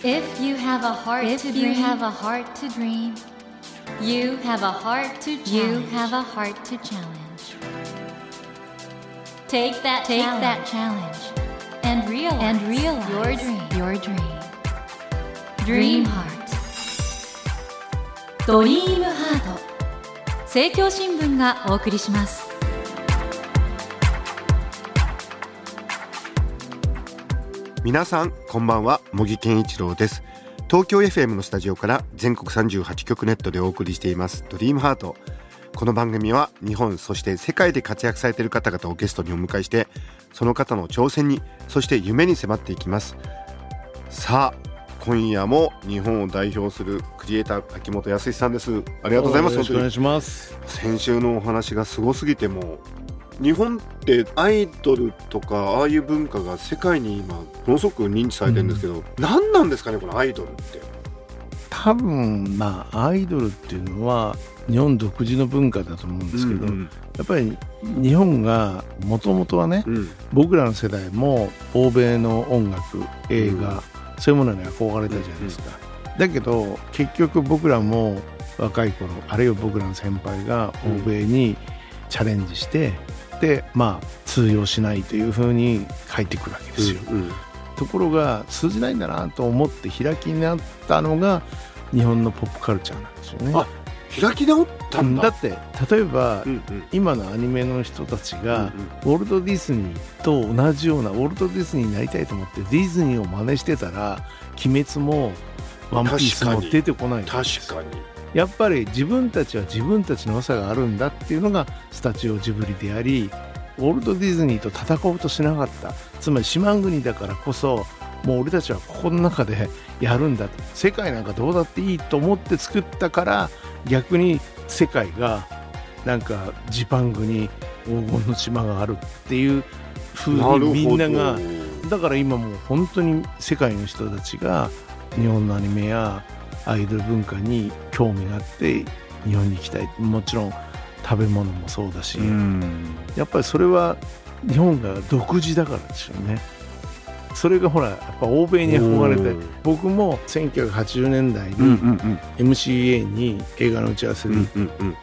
If you have a heart to dream, you have a heart to dream. You have a heart to challenge. You have a heart to challenge. Take that challenge and realize your dream. Dream Heart. ドリームハート。政教新聞がお送りします。 皆さんこんばんは、茂木健一郎です。東京 FM のスタジオから全国38局ネットでお送りしていますドリームハート。この番組は日本そして世界で活躍されている方々をゲストにお迎えして、その方の挑戦にそして夢に迫っていきます。さあ今夜も日本を代表するクリエイター秋元康さんです。ありがとうございます。 よろしくお願いします。 先週のお話がすごすぎて、もう日本ってアイドルとかああいう文化が世界に今ものすごく認知されてるんですけど、何なんですかねこのアイドルって。 多分アイドルっていうのは日本独自の文化だと思うんですけど、やっぱり日本がもともとはね、僕らの世代も欧米の音楽映画、そういうものに憧れたじゃないですか。だけど結局僕らも若い頃、あるいは僕らの先輩が欧米にチャレンジして、で通用しないというふうに帰ってくるわけですよ。ところが通じないんだなと思って開きになったのが日本のポップカルチャーなんですよね。 開き直ったんだ。 だって例えば、今のアニメの人たちが、ウォルト・ディズニーと同じようなウォルト・ディズニーになりたいと思ってディズニーを真似してたら、鬼滅もワンピースも出てこないんです。 確かにやっぱり自分たちは自分たちの良さがあるんだっていうのがスタジオジブリであり、ウォルト・ディズニーと戦おうとしなかった。つまり島国だからこそ、もう俺たちはここの中でやるんだと、世界なんかどうだっていいと思って作ったから、逆に世界がなんかジパングに黄金の島があるっていう風にみんなが、だから今もう本当に世界の人たちが日本のアニメやアイドル文化に興味があって日本に行きたい。もちろん食べ物もそうだし、やっぱりそれは日本が独自だからですよね。それがほらやっぱ欧米に憧れて、僕も1980年代に MCA に映画の打ち合わせで行って、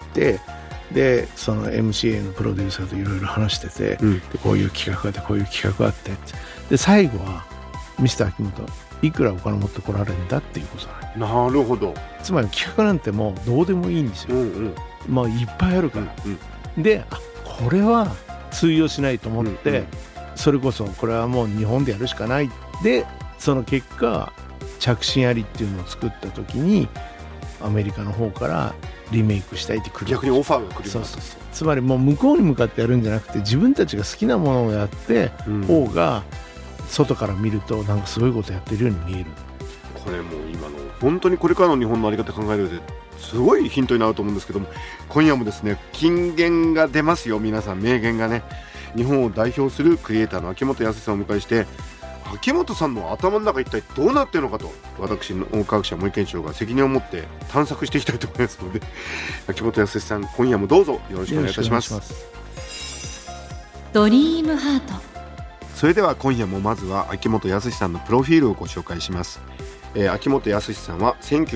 でその MCA のプロデューサーといろいろ話してて、でこういう企画があってこういう企画があって、で最後はミスター秋元いくらお金持ってこられるんだっていうことなるほど。 つまり企画なんてもうどうでもいいんですよ。いっぱいあるから、でこれは通用しないと思って、それこそこれはもう日本でやるしかない。でその結果着信ありっていうのを作った時にアメリカの方からリメイクしたいって来る。 逆にオファーが来る。 そうつまりもう向こうに向かってやるんじゃなくて、自分たちが好きなものをやって方が外から見るとなんかすごいことやってるように見える。 これもう今の本当にこれからの日本のあり方考える上ですごいヒントになると思うんですけども、今夜もですね金言が出ますよ。皆さん名言がね、日本を代表するクリエイターの秋元康さんをお迎えして、秋元さんの頭の中一体どうなっているのかと、私の科学者森健一郎が責任を持って探索していきたいと思いますので、秋元康さん今夜もどうぞよろしくお願いいたします。 ドリームハート。 それでは今夜もまずは秋元康さんのプロフィールをご紹介します。秋元康さんは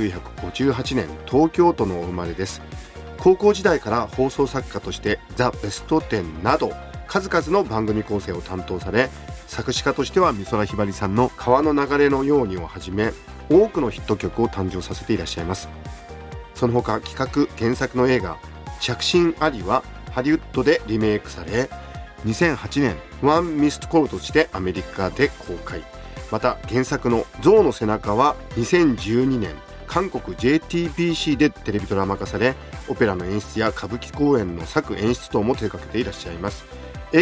1958年東京都のお生まれです。高校時代から放送作家としてザ・ベスト10など数々の番組構成を担当され、作詞家としては美空ひばりさんの川の流れのようにをはじめ多くのヒット曲を誕生させていらっしゃいます。その他企画原作の映画着信ありはハリウッドでリメイクされ、2008年ワンミストコールとしてアメリカで公開。また原作の象の背中は2012年韓国 JTBC でテレビドラマ化され、オペラの演出や歌舞伎公演の作演出等も手掛けていらっしゃいます。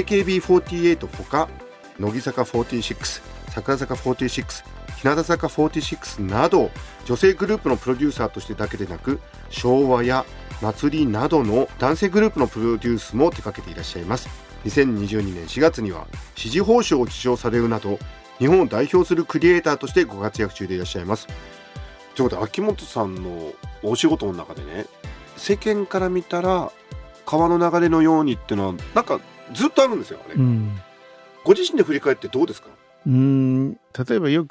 AKB48 ほか乃木坂46、桜坂46、日向坂46など女性グループのプロデューサーとしてだけでなく、昭和や祭りなどの男性グループのプロデュースも手掛けていらっしゃいます。2022年4月には紫綬褒章を受章されるなど、日本を代表するクリエイターとしてご活躍中でいらっしゃいます。ということで秋元さんのお仕事の中でね、世間から見たら川の流れのようにっていうのはなんかずっとあるんですよね。ご自身で振り返ってどうですか？ 例えばよく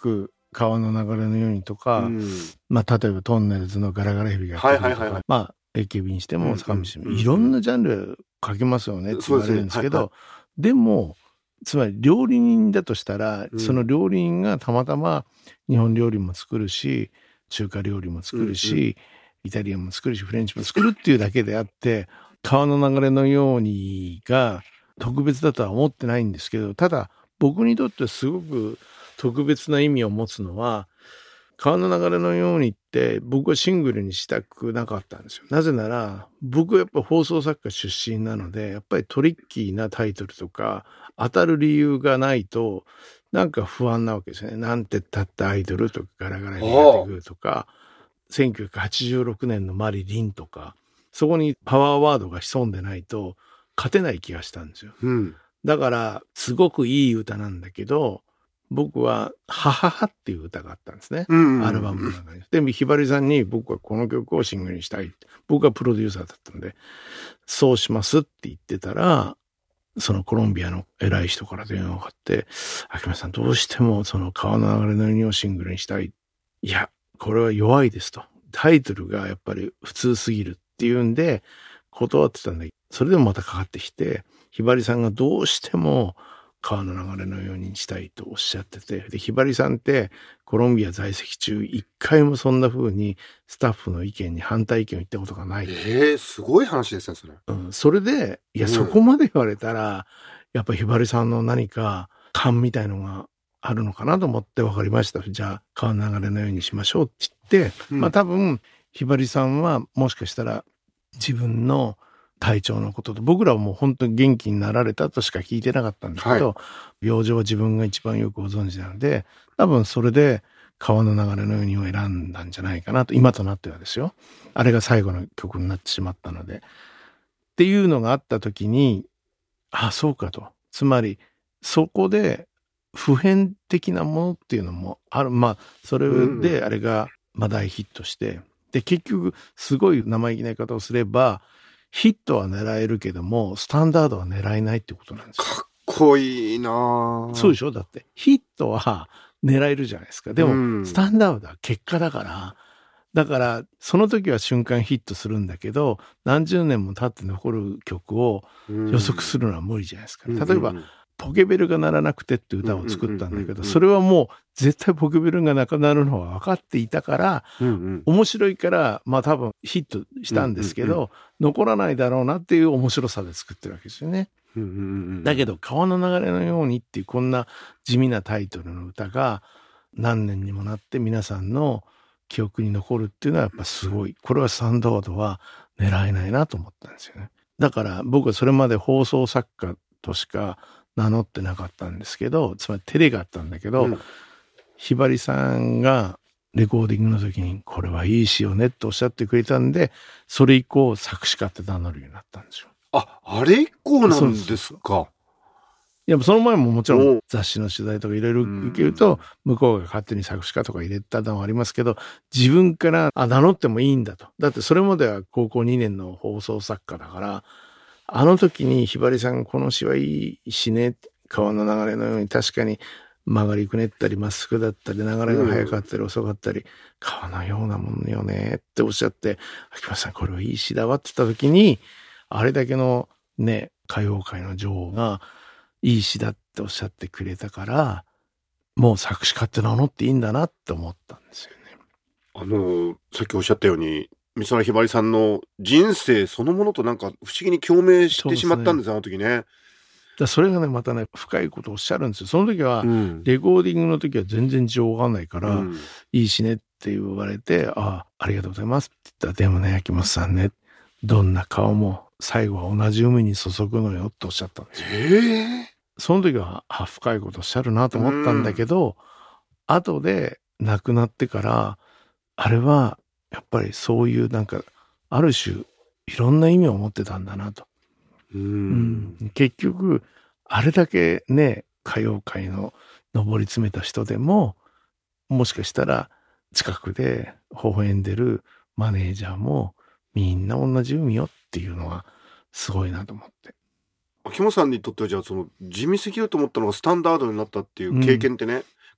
川の流れのようにとか、まあ例えばトンネルズのガラガラヘビがやってるとか、まあ AKB にしても坂道にもいろんなジャンル書けますよねって言われるんですけど、でもつまり料理人だとしたら、その料理人がたまたま日本料理も作るし、中華料理も作るし、イタリアンも作るし、フレンチも作るっていうだけであって、川の流れのようにが特別だとは思ってないんですけど、ただ僕にとってすごく特別な意味を持つのは、川の流れのようにって僕はシングルにしたくなかったんですよ。なぜなら僕はやっぱ放送作家出身なので、やっぱりトリッキーなタイトルとか当たる理由がないとなんか不安なわけですね。なんてったってアイドルとかガラガラに出てくるとか、1986年のマリリンとか、そこにパワーワードが潜んでないと勝てない気がしたんですよ。だからすごくいい歌なんだけど、僕ははははっていう歌があったんですね、アルバムの中に。でもひばりさんに僕はこの曲をシングルにしたいって、僕はプロデューサーだったんで、そうしますって言ってたら、そのコロンビアの偉い人から電話がかかって、秋山さんどうしてもその川の流れのようにをシングルにしたい。いや、これは弱いですと。タイトルがやっぱり普通すぎるっていうんで断ってたんだけど、それでもまたかかってきて、ひばりさんがどうしても川の流れのようにしたいとおっしゃってて、でひばりさんってコロンビア在籍中一回もそんな風にスタッフの意見に反対意見を言ったことがない。 すごい話ですねそれ。 それでいや、そこまで言われたらやっぱひばりさんの何か勘みたいのがあるのかなと思って、分かりました。じゃあ川の流れのようにしましょうって言って、まあ多分ひばりさんはもしかしたら自分の体調のことと、僕らはもう本当に元気になられたとしか聞いてなかったんですけど、病状は自分が一番よくご存知なので、多分それで川の流れのようにを選んだんじゃないかなと、今となってはですよ。あれが最後の曲になってしまったのでっていうのがあった時に、あ、そうかと。つまりそこで普遍的なものっていうのもある。まあそれであれが大ヒットして、で結局すごい生意気な言い方をすれば、ヒットは狙えるけどもスタンダードは狙えないってことなんですよ。 かっこいいな。 そうでしょ。だってヒットは狙えるじゃないですか。でもスタンダードは結果だから、だからその時は瞬間ヒットするんだけど、何十年も経って残る曲を予測するのは無理じゃないですか。例えばポケベルが鳴らなくてって歌を作ったんだけど、それはもう絶対ポケベルがなくなるのは分かっていたから、面白いからまあ多分ヒットしたんですけど、残らないだろうなっていう面白さで作ってるわけですよね。だけど川の流れのようにっていうこんな地味なタイトルの歌が何年にもなって皆さんの記憶に残るっていうのはやっぱすごい。これはスタンダードは狙えないなと思ったんですよね。だから僕はそれまで放送作家としか名乗ってなかったんですけど、つまりテレがあったんだけど、ひばりさんがレコーディングの時にこれはいい詩よねっておっしゃってくれたんで、それ以降作詞家って名乗るようになったんですよ。 あれ以降なんですか。 いやその前ももちろん雑誌の取材とかいろいろ受けると、向こうが勝手に作詞家とか入れたのはありますけど、自分から名乗ってもいいんだと。だってそれまでは高校2年の放送作家だから、あの時にひばりさんこの詩はいいしね、川の流れのように確かに曲がりくねったりまっすぐだったり流れが速かったり遅かったり、川のようなもんよねっておっしゃって、秋山さんこれはいい詩だわって言った時に、あれだけのね歌謡界の女王がいい詩だっておっしゃってくれたから、もう作詞家って名乗っていいんだなって思ったんですよね。 さっきおっしゃったように美空ひばりさんの人生そのものとなんか不思議に共鳴してしまったんです、あの時ね。 それがねまたね深いことをおっしゃるんですよ。その時は、レコーディングの時は全然事情わかんないから、いいしねって言われて、ありがとうございますって言ったら、でもね秋元さんね、どんな顔も最後は同じ海に注ぐのよっておっしゃったんですよ。その時は深いことおっしゃるなと思ったんだけど、後で亡くなってからあれはやっぱりそういうなんかある種いろんな意味を持ってたんだなと。結局あれだけね歌謡界の上り詰めた人でも、もしかしたら近くで微笑んでるマネージャーもみんな同じ海よっていうのはすごいなと思って。 秋元さんにとってはじゃあその地味すぎると思ったのがスタンダードになったっていう経験ってね、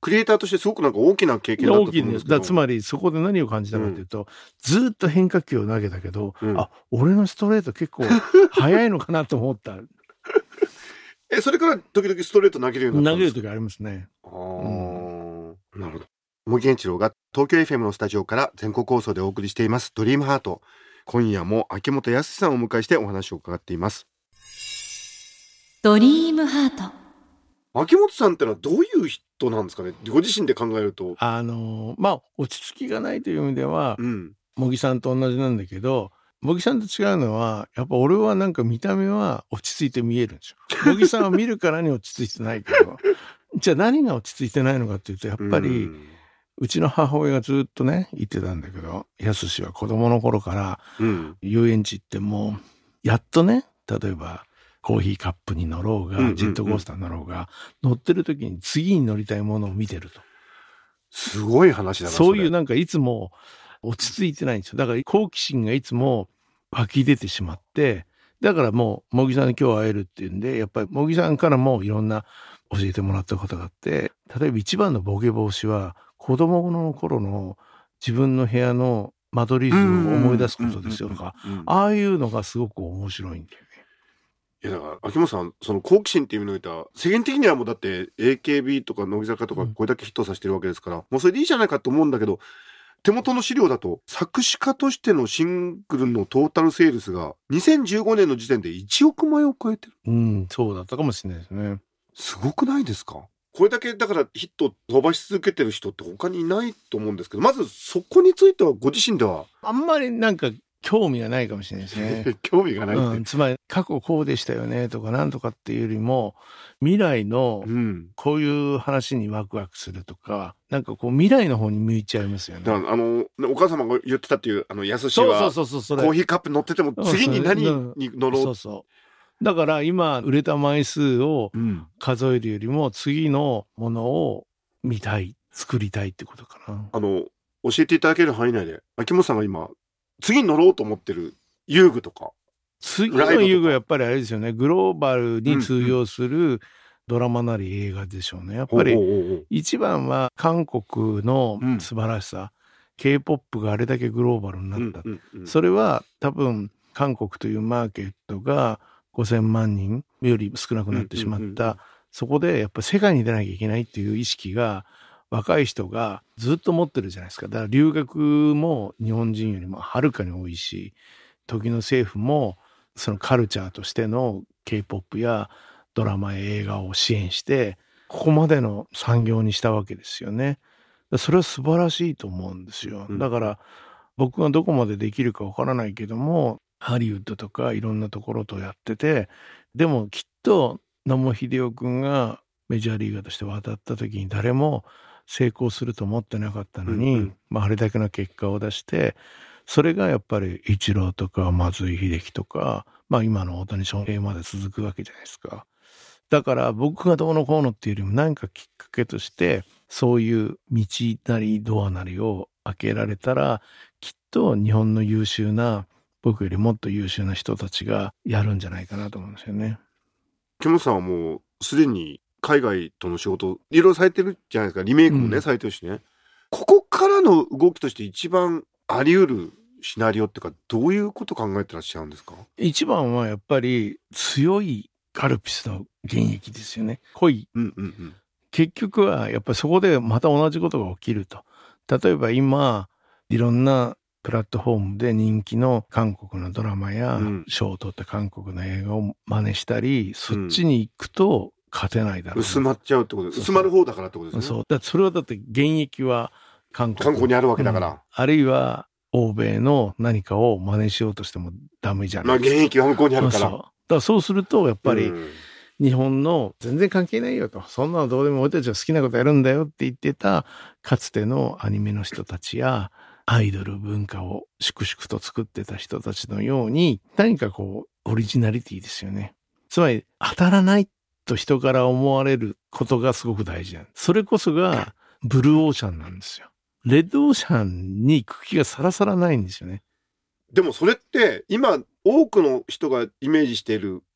クリエイターとしてすごくなんか大きな経験だったと思うんですけど。 つまりそこで何を感じたかというと、ずっと変化球を投げたけど、 うん俺のストレート結構速いのかなと思った。 それから時々ストレート投げるようになったんですか？ 投げる時ありますね。 なるほど。茂木健一郎が東京 FM のスタジオから全国放送でお送りしていますドリームハート。今夜も秋元康さんをお迎えしてお話を伺っています。 ドリームハート。 秋元さんってのはどういう人なんですかね？ご自身で考えると。 落ち着きがないという意味では、 うん茂木さんと同じなんだけど、茂木さんと違うのはやっぱ俺はなんか見た目は落ち着いて見えるんですよ。茂木さんは見るからに落ち着いてないけどじゃあ何が落ち着いてないのかっていうと、やっぱりうちの母親がずっとね言ってたんだけど、康は子供の頃から遊園地行ってもやっとね、例えばコーヒーカップに乗ろうが、ジェットコースター乗ろうが、乗ってる時に次に乗りたいものを見てると。 すごい話だな。 そういうなんかいつも落ち着いてないんですよ。だから好奇心がいつも湧き出てしまって、だからもう茂木さんに今日会えるっていうんで、やっぱり茂木さんからもいろんな教えてもらったことがあって、例えば一番のボケ防止は子供の頃の自分の部屋の間取り図を思い出すことですよとか、ああいうのがすごく面白いんだよね。 いやだから秋元さん、その好奇心っていう意味においては世間的にはもうだって AKB とか乃木坂とかこれだけヒットさせてるわけですから、もうそれでいいじゃないかと思うんだけど、手元の資料だと作詞家としてのシングルのトータルセールスが2015年の時点で1億枚を超えてる。 そうだったかもしれないですね。 すごくないですか？これだけだからヒットを伸ばし続けてる人って他にいないと思うんですけど、まずそこについてはご自身ではあんまりなんか興味がないかもしれないですね。 興味がないって、 つまり過去こうでしたよねとかなんとかっていうよりも、未来のこういう話にワクワクするとか、なんかこう未来の方に向いちゃいますよね。 だからお母様が言ってたっていう康はコーヒーカップ乗ってても次に何に乗ろう。 だから今売れた枚数を数えるよりも次のものを見たい、作りたいってことかな。 教えていただける範囲内で秋元さんが今次に乗ろうと思ってる遊具とか、 次の遊具はやっぱりあれですよね、グローバルに通用するドラマなり映画でしょうね。やっぱり一番は韓国の素晴らしさ、K-POP があれだけグローバルになった、それは多分韓国というマーケットが5000万人より少なくなってしまった、そこでやっぱり世界に出なきゃいけないっていう意識が若い人がずっと持ってるじゃないですか。だから留学も日本人よりもはるかに多いし、時の政府もそのカルチャーとしての K-POP やドラマや映画を支援してここまでの産業にしたわけですよね。それは素晴らしいと思うんですよ。だから僕がどこまでできるかわからないけども、ハリウッドとかいろんなところとやってて、でもきっと野茂英雄君がメジャーリーガーとして渡った時に誰も成功すると思ってなかったのに、あれだけの結果を出して、それがやっぱりイチローとか松井秀喜とか、今の大谷翔平まで続くわけじゃないですか。だから僕がどうのこうのっていうよりも何かきっかけとしてそういう道なりドアなりを開けられたら、きっと日本の優秀な、僕よりもっと優秀な人たちがやるんじゃないかなと思うんですよね。 木本さんはもうすでに海外との仕事いろいろされてるじゃないですか。リメイクもね、されてるしね。ここからの動きとして一番あり得るシナリオっていうか、どういうこと考えてらっしゃるんですか？一番はやっぱり強いカルピスの現役ですよね。濃い、結局はやっぱりそこでまた同じことが起きると。例えば今いろんなプラットフォームで人気の韓国のドラマや賞を取った韓国の映画を真似したり、そっちに行くと勝てないだろう、 薄まっちゃうってことです。薄まる方だからってことですね。 そうだ、それはだって現役は韓国にあるわけだから、 あるいは欧米の何かを真似しようとしてもダメじゃないですか。現役は向こうにあるから。 だからそうするとやっぱり日本の全然関係ないよと、そんなのどうでも俺たちは好きなことやるんだよって言ってたかつてのアニメの人たちやアイドル文化を粛々と作ってた人たちのように、何かこうオリジナリティですよね。つまり当たらないと人から思われることがすごく大事なんです。それこそがブルーオーシャンなんですよ。レッドオーシャンに茎がさらさらないんですよね。 でもそれって今多くの人がイメージしている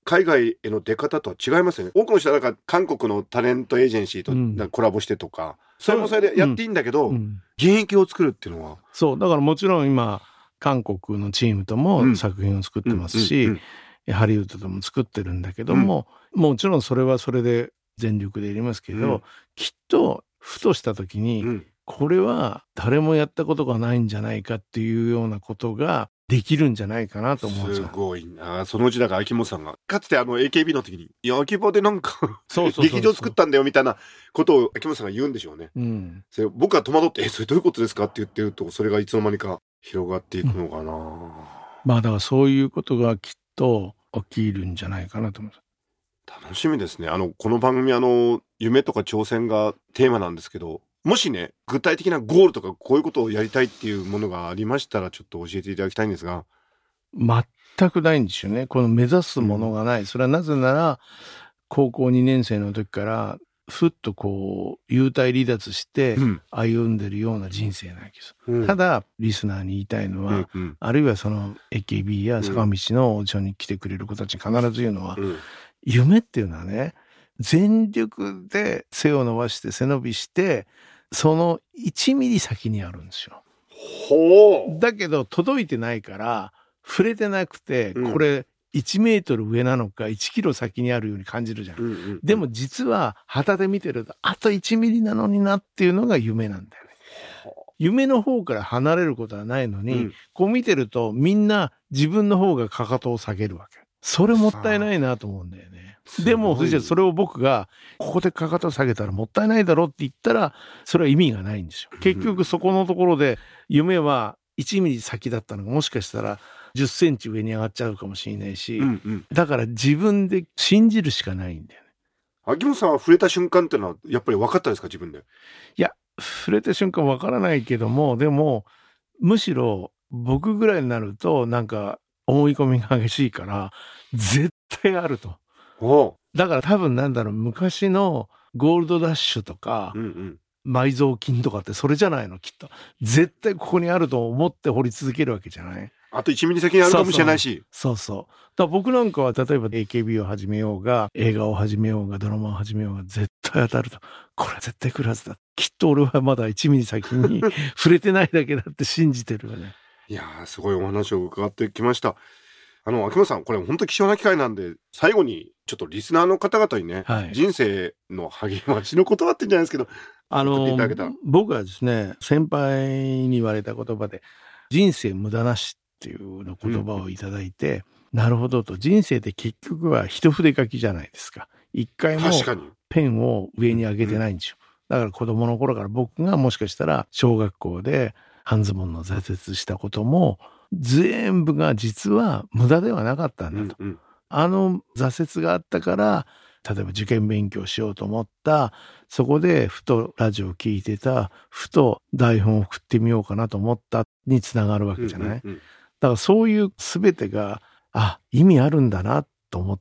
海外への出方とは違いますよね。多くの人はなんか韓国のタレントエージェンシーとなんかコラボしてとか、それもそれでやっていいんだけど、現役を作るっていうのはそうだからもちろん今韓国のチームとも作品を作ってますし、ハリウッドとも作ってるんだけども、もちろんそれはそれで全力でやりますけど、きっとふとした時に、これは誰もやったことがないんじゃないかっていうようなことができるんじゃないかなと思うんですよ。 すごいな。そのうちだから秋元さんがかつてAKB の時に「いや秋葉でなんか劇場作ったんだよ」みたいなことを秋元さんが言うんでしょうね。それ僕が戸惑って「それどういうことですか?」って言ってると、それがいつの間にか広がっていくのかな。 まあだからそういうことがきっと起きるんじゃないかなと思います。 楽しみですね。この番組夢とか挑戦がテーマなんですけど、もしね具体的なゴールとかこういうことをやりたいっていうものがありましたらちょっと教えていただきたいんですが。 全くないんですよね。この目指すものがない。それはなぜなら高校2年生の時からふっとこう幽体離脱して歩んでるような人生なんです、ただリスナーに言いたいのは、あるいはその AKB や坂道のオーディションに来てくれる子たちに必ず言うのは、夢っていうのはね、全力で背を伸ばして背伸びしてその1ミリ先にあるんですよ。だけど届いてないから触れてなくて、これ1メートル上なのか1キロ先にあるように感じるじゃん。でも実は旗で見てるとあと1ミリなのになっていうのが夢なんだよね。夢の方から離れることはないのに、こう見てるとみんな自分の方がかかとを下げるわけ。それもったいないなと思うんだよね。でもそれを僕がここでかかとを下げたらもったいないだろって言ったらそれは意味がないんですよ。結局そこのところで夢は1ミリ先だったのがもしかしたら10センチ上に上がっちゃうかもしれないし、だから自分で信じるしかないんだよね。 秋元さんは触れた瞬間っていうのはやっぱり分かったですか、自分で。 いや触れた瞬間分からないけども、でもむしろ僕ぐらいになるとなんか思い込みが激しいから絶対あると。だから多分昔のゴールドダッシュとか、埋蔵金とかってそれじゃないの、きっと絶対ここにあると思って掘り続けるわけじゃない。 あと1ミリ先にあるかもしれないし。 そうだから僕なんかは例えば AKB を始めようが映画を始めようがドラマを始めようが絶対当たると、これは絶対来るはずだ、きっと俺はまだ1ミリ先に触れてないだけだって信じてるよね。いやーすごいお話を伺ってきました。秋元さん、これ本当貴重な機会なんで最後にちょっとリスナーの方々にね、人生の励ましの言葉ってんじゃないですけど、 僕はですね、先輩に言われた言葉で人生無駄なしっていうの言葉をいただいて、なるほどと。人生って結局は一筆書きじゃないですか。一回もペンを上に上げてないんですよ。だから子供の頃から僕がもしかしたら小学校で半ズボンの挫折したことも全部が実は無駄ではなかったんだと。挫折があったから例えば受験勉強しようと思った、そこでふとラジオを聞いてた、ふと台本を送ってみようかなと思ったにつながるわけじゃない。だからそういう全てが意味あるんだなと思って、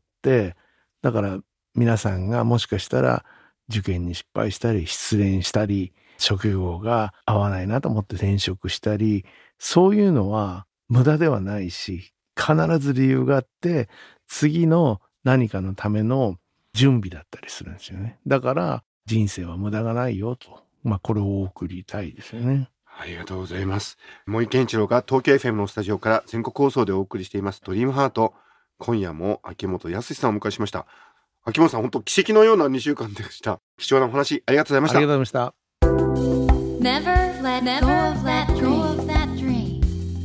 だから皆さんがもしかしたら受験に失敗したり失恋したり職業が合わないなと思って転職したり、そういうのは無駄ではないし必ず理由があって次の何かのための準備だったりするんですよね。だから人生は無駄がないよと、これを送りたいですよね。 ありがとうございます。茂木健一郎が東京 FM のスタジオから全国放送でお送りしていますドリームハート。今夜も秋元康さんをお迎えしました。秋元さん、本当奇跡のような2週間でした。貴重なお話ありがとうございました。 ありがとうございました。 Never let go of that dream.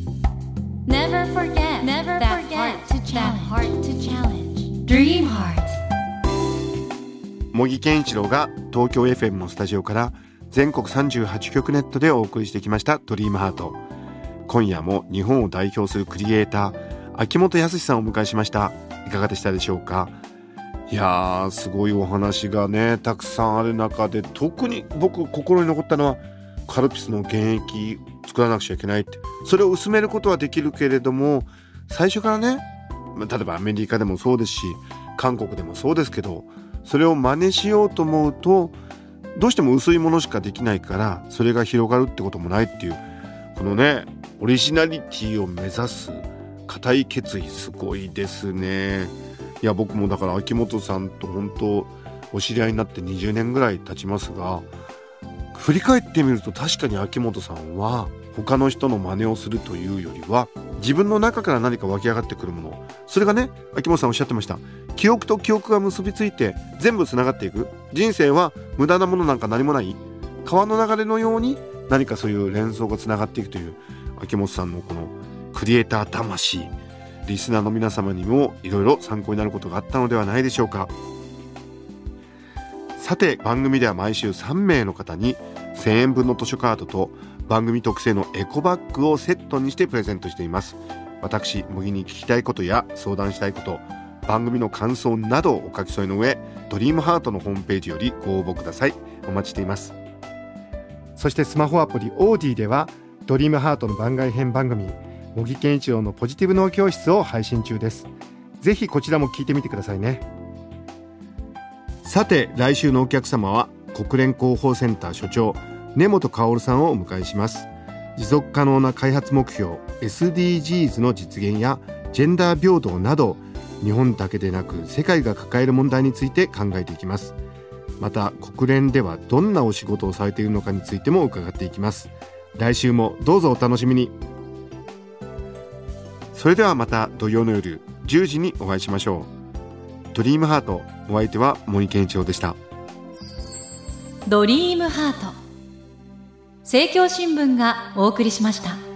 Never forget that heart to challenge. Dream Heart. 茂木健一郎が東京 FM のスタジオから全国38局ネットでお送りしてきましたドリームハート。今夜も日本を代表するクリエイター秋元康さんをお迎えしました。いかがでしたでしょうか。いやーすごいお話がねたくさんある中で、特に僕心に残ったのはカルピスの原液作らなくちゃいけないって。それを薄めることはできるけれども最初からね、例えばアメリカでもそうですし韓国でもそうですけど、それを真似しようと思うとどうしても薄いものしかできないから、それが広がるってこともないっていう、このねオリジナリティを目指す固い決意、すごいですね。 いや僕もだから秋元さんと本当お知り合いになって20年ぐらい経ちますが、振り返ってみると確かに秋元さんは他の人の真似をするというよりは自分の中から何か湧き上がってくるもの、それがね、秋元さんおっしゃってました。記憶と記憶が結びついて全部つながっていく。人生は無駄なものなんか何もない、川の流れのように何かそういう連想がつながっていくという秋元さんのこのクリエイター魂、リスナーの皆様にもいろいろ参考になることがあったのではないでしょうか。さて番組では毎週3名の方に1000円分の図書カードと番組特製のエコバッグをセットにしてプレゼントしています。私茂木に聞きたいことや相談したいこと、番組の感想などをお書き添えの上、ドリームハートのホームページよりご応募ください。お待ちしています。そしてスマホアプリオーディではドリームハートの番外編番組茂木健一郎のポジティブ脳教室を配信中です。ぜひこちらも聞いてみてくださいね。さて来週のお客様は国連広報センター所長根本薫さんをお迎えします。持続可能な開発目標 SDGs の実現やジェンダー平等など日本だけでなく世界が抱える問題について考えていきます。また国連ではどんなお仕事をされているのかについても伺っていきます。来週もどうぞお楽しみに。それではまた土曜の夜10時にお会いしましょう。ドリームハート、お相手は森健一郎でした。 ドリームハート、政教新聞がお送りしました。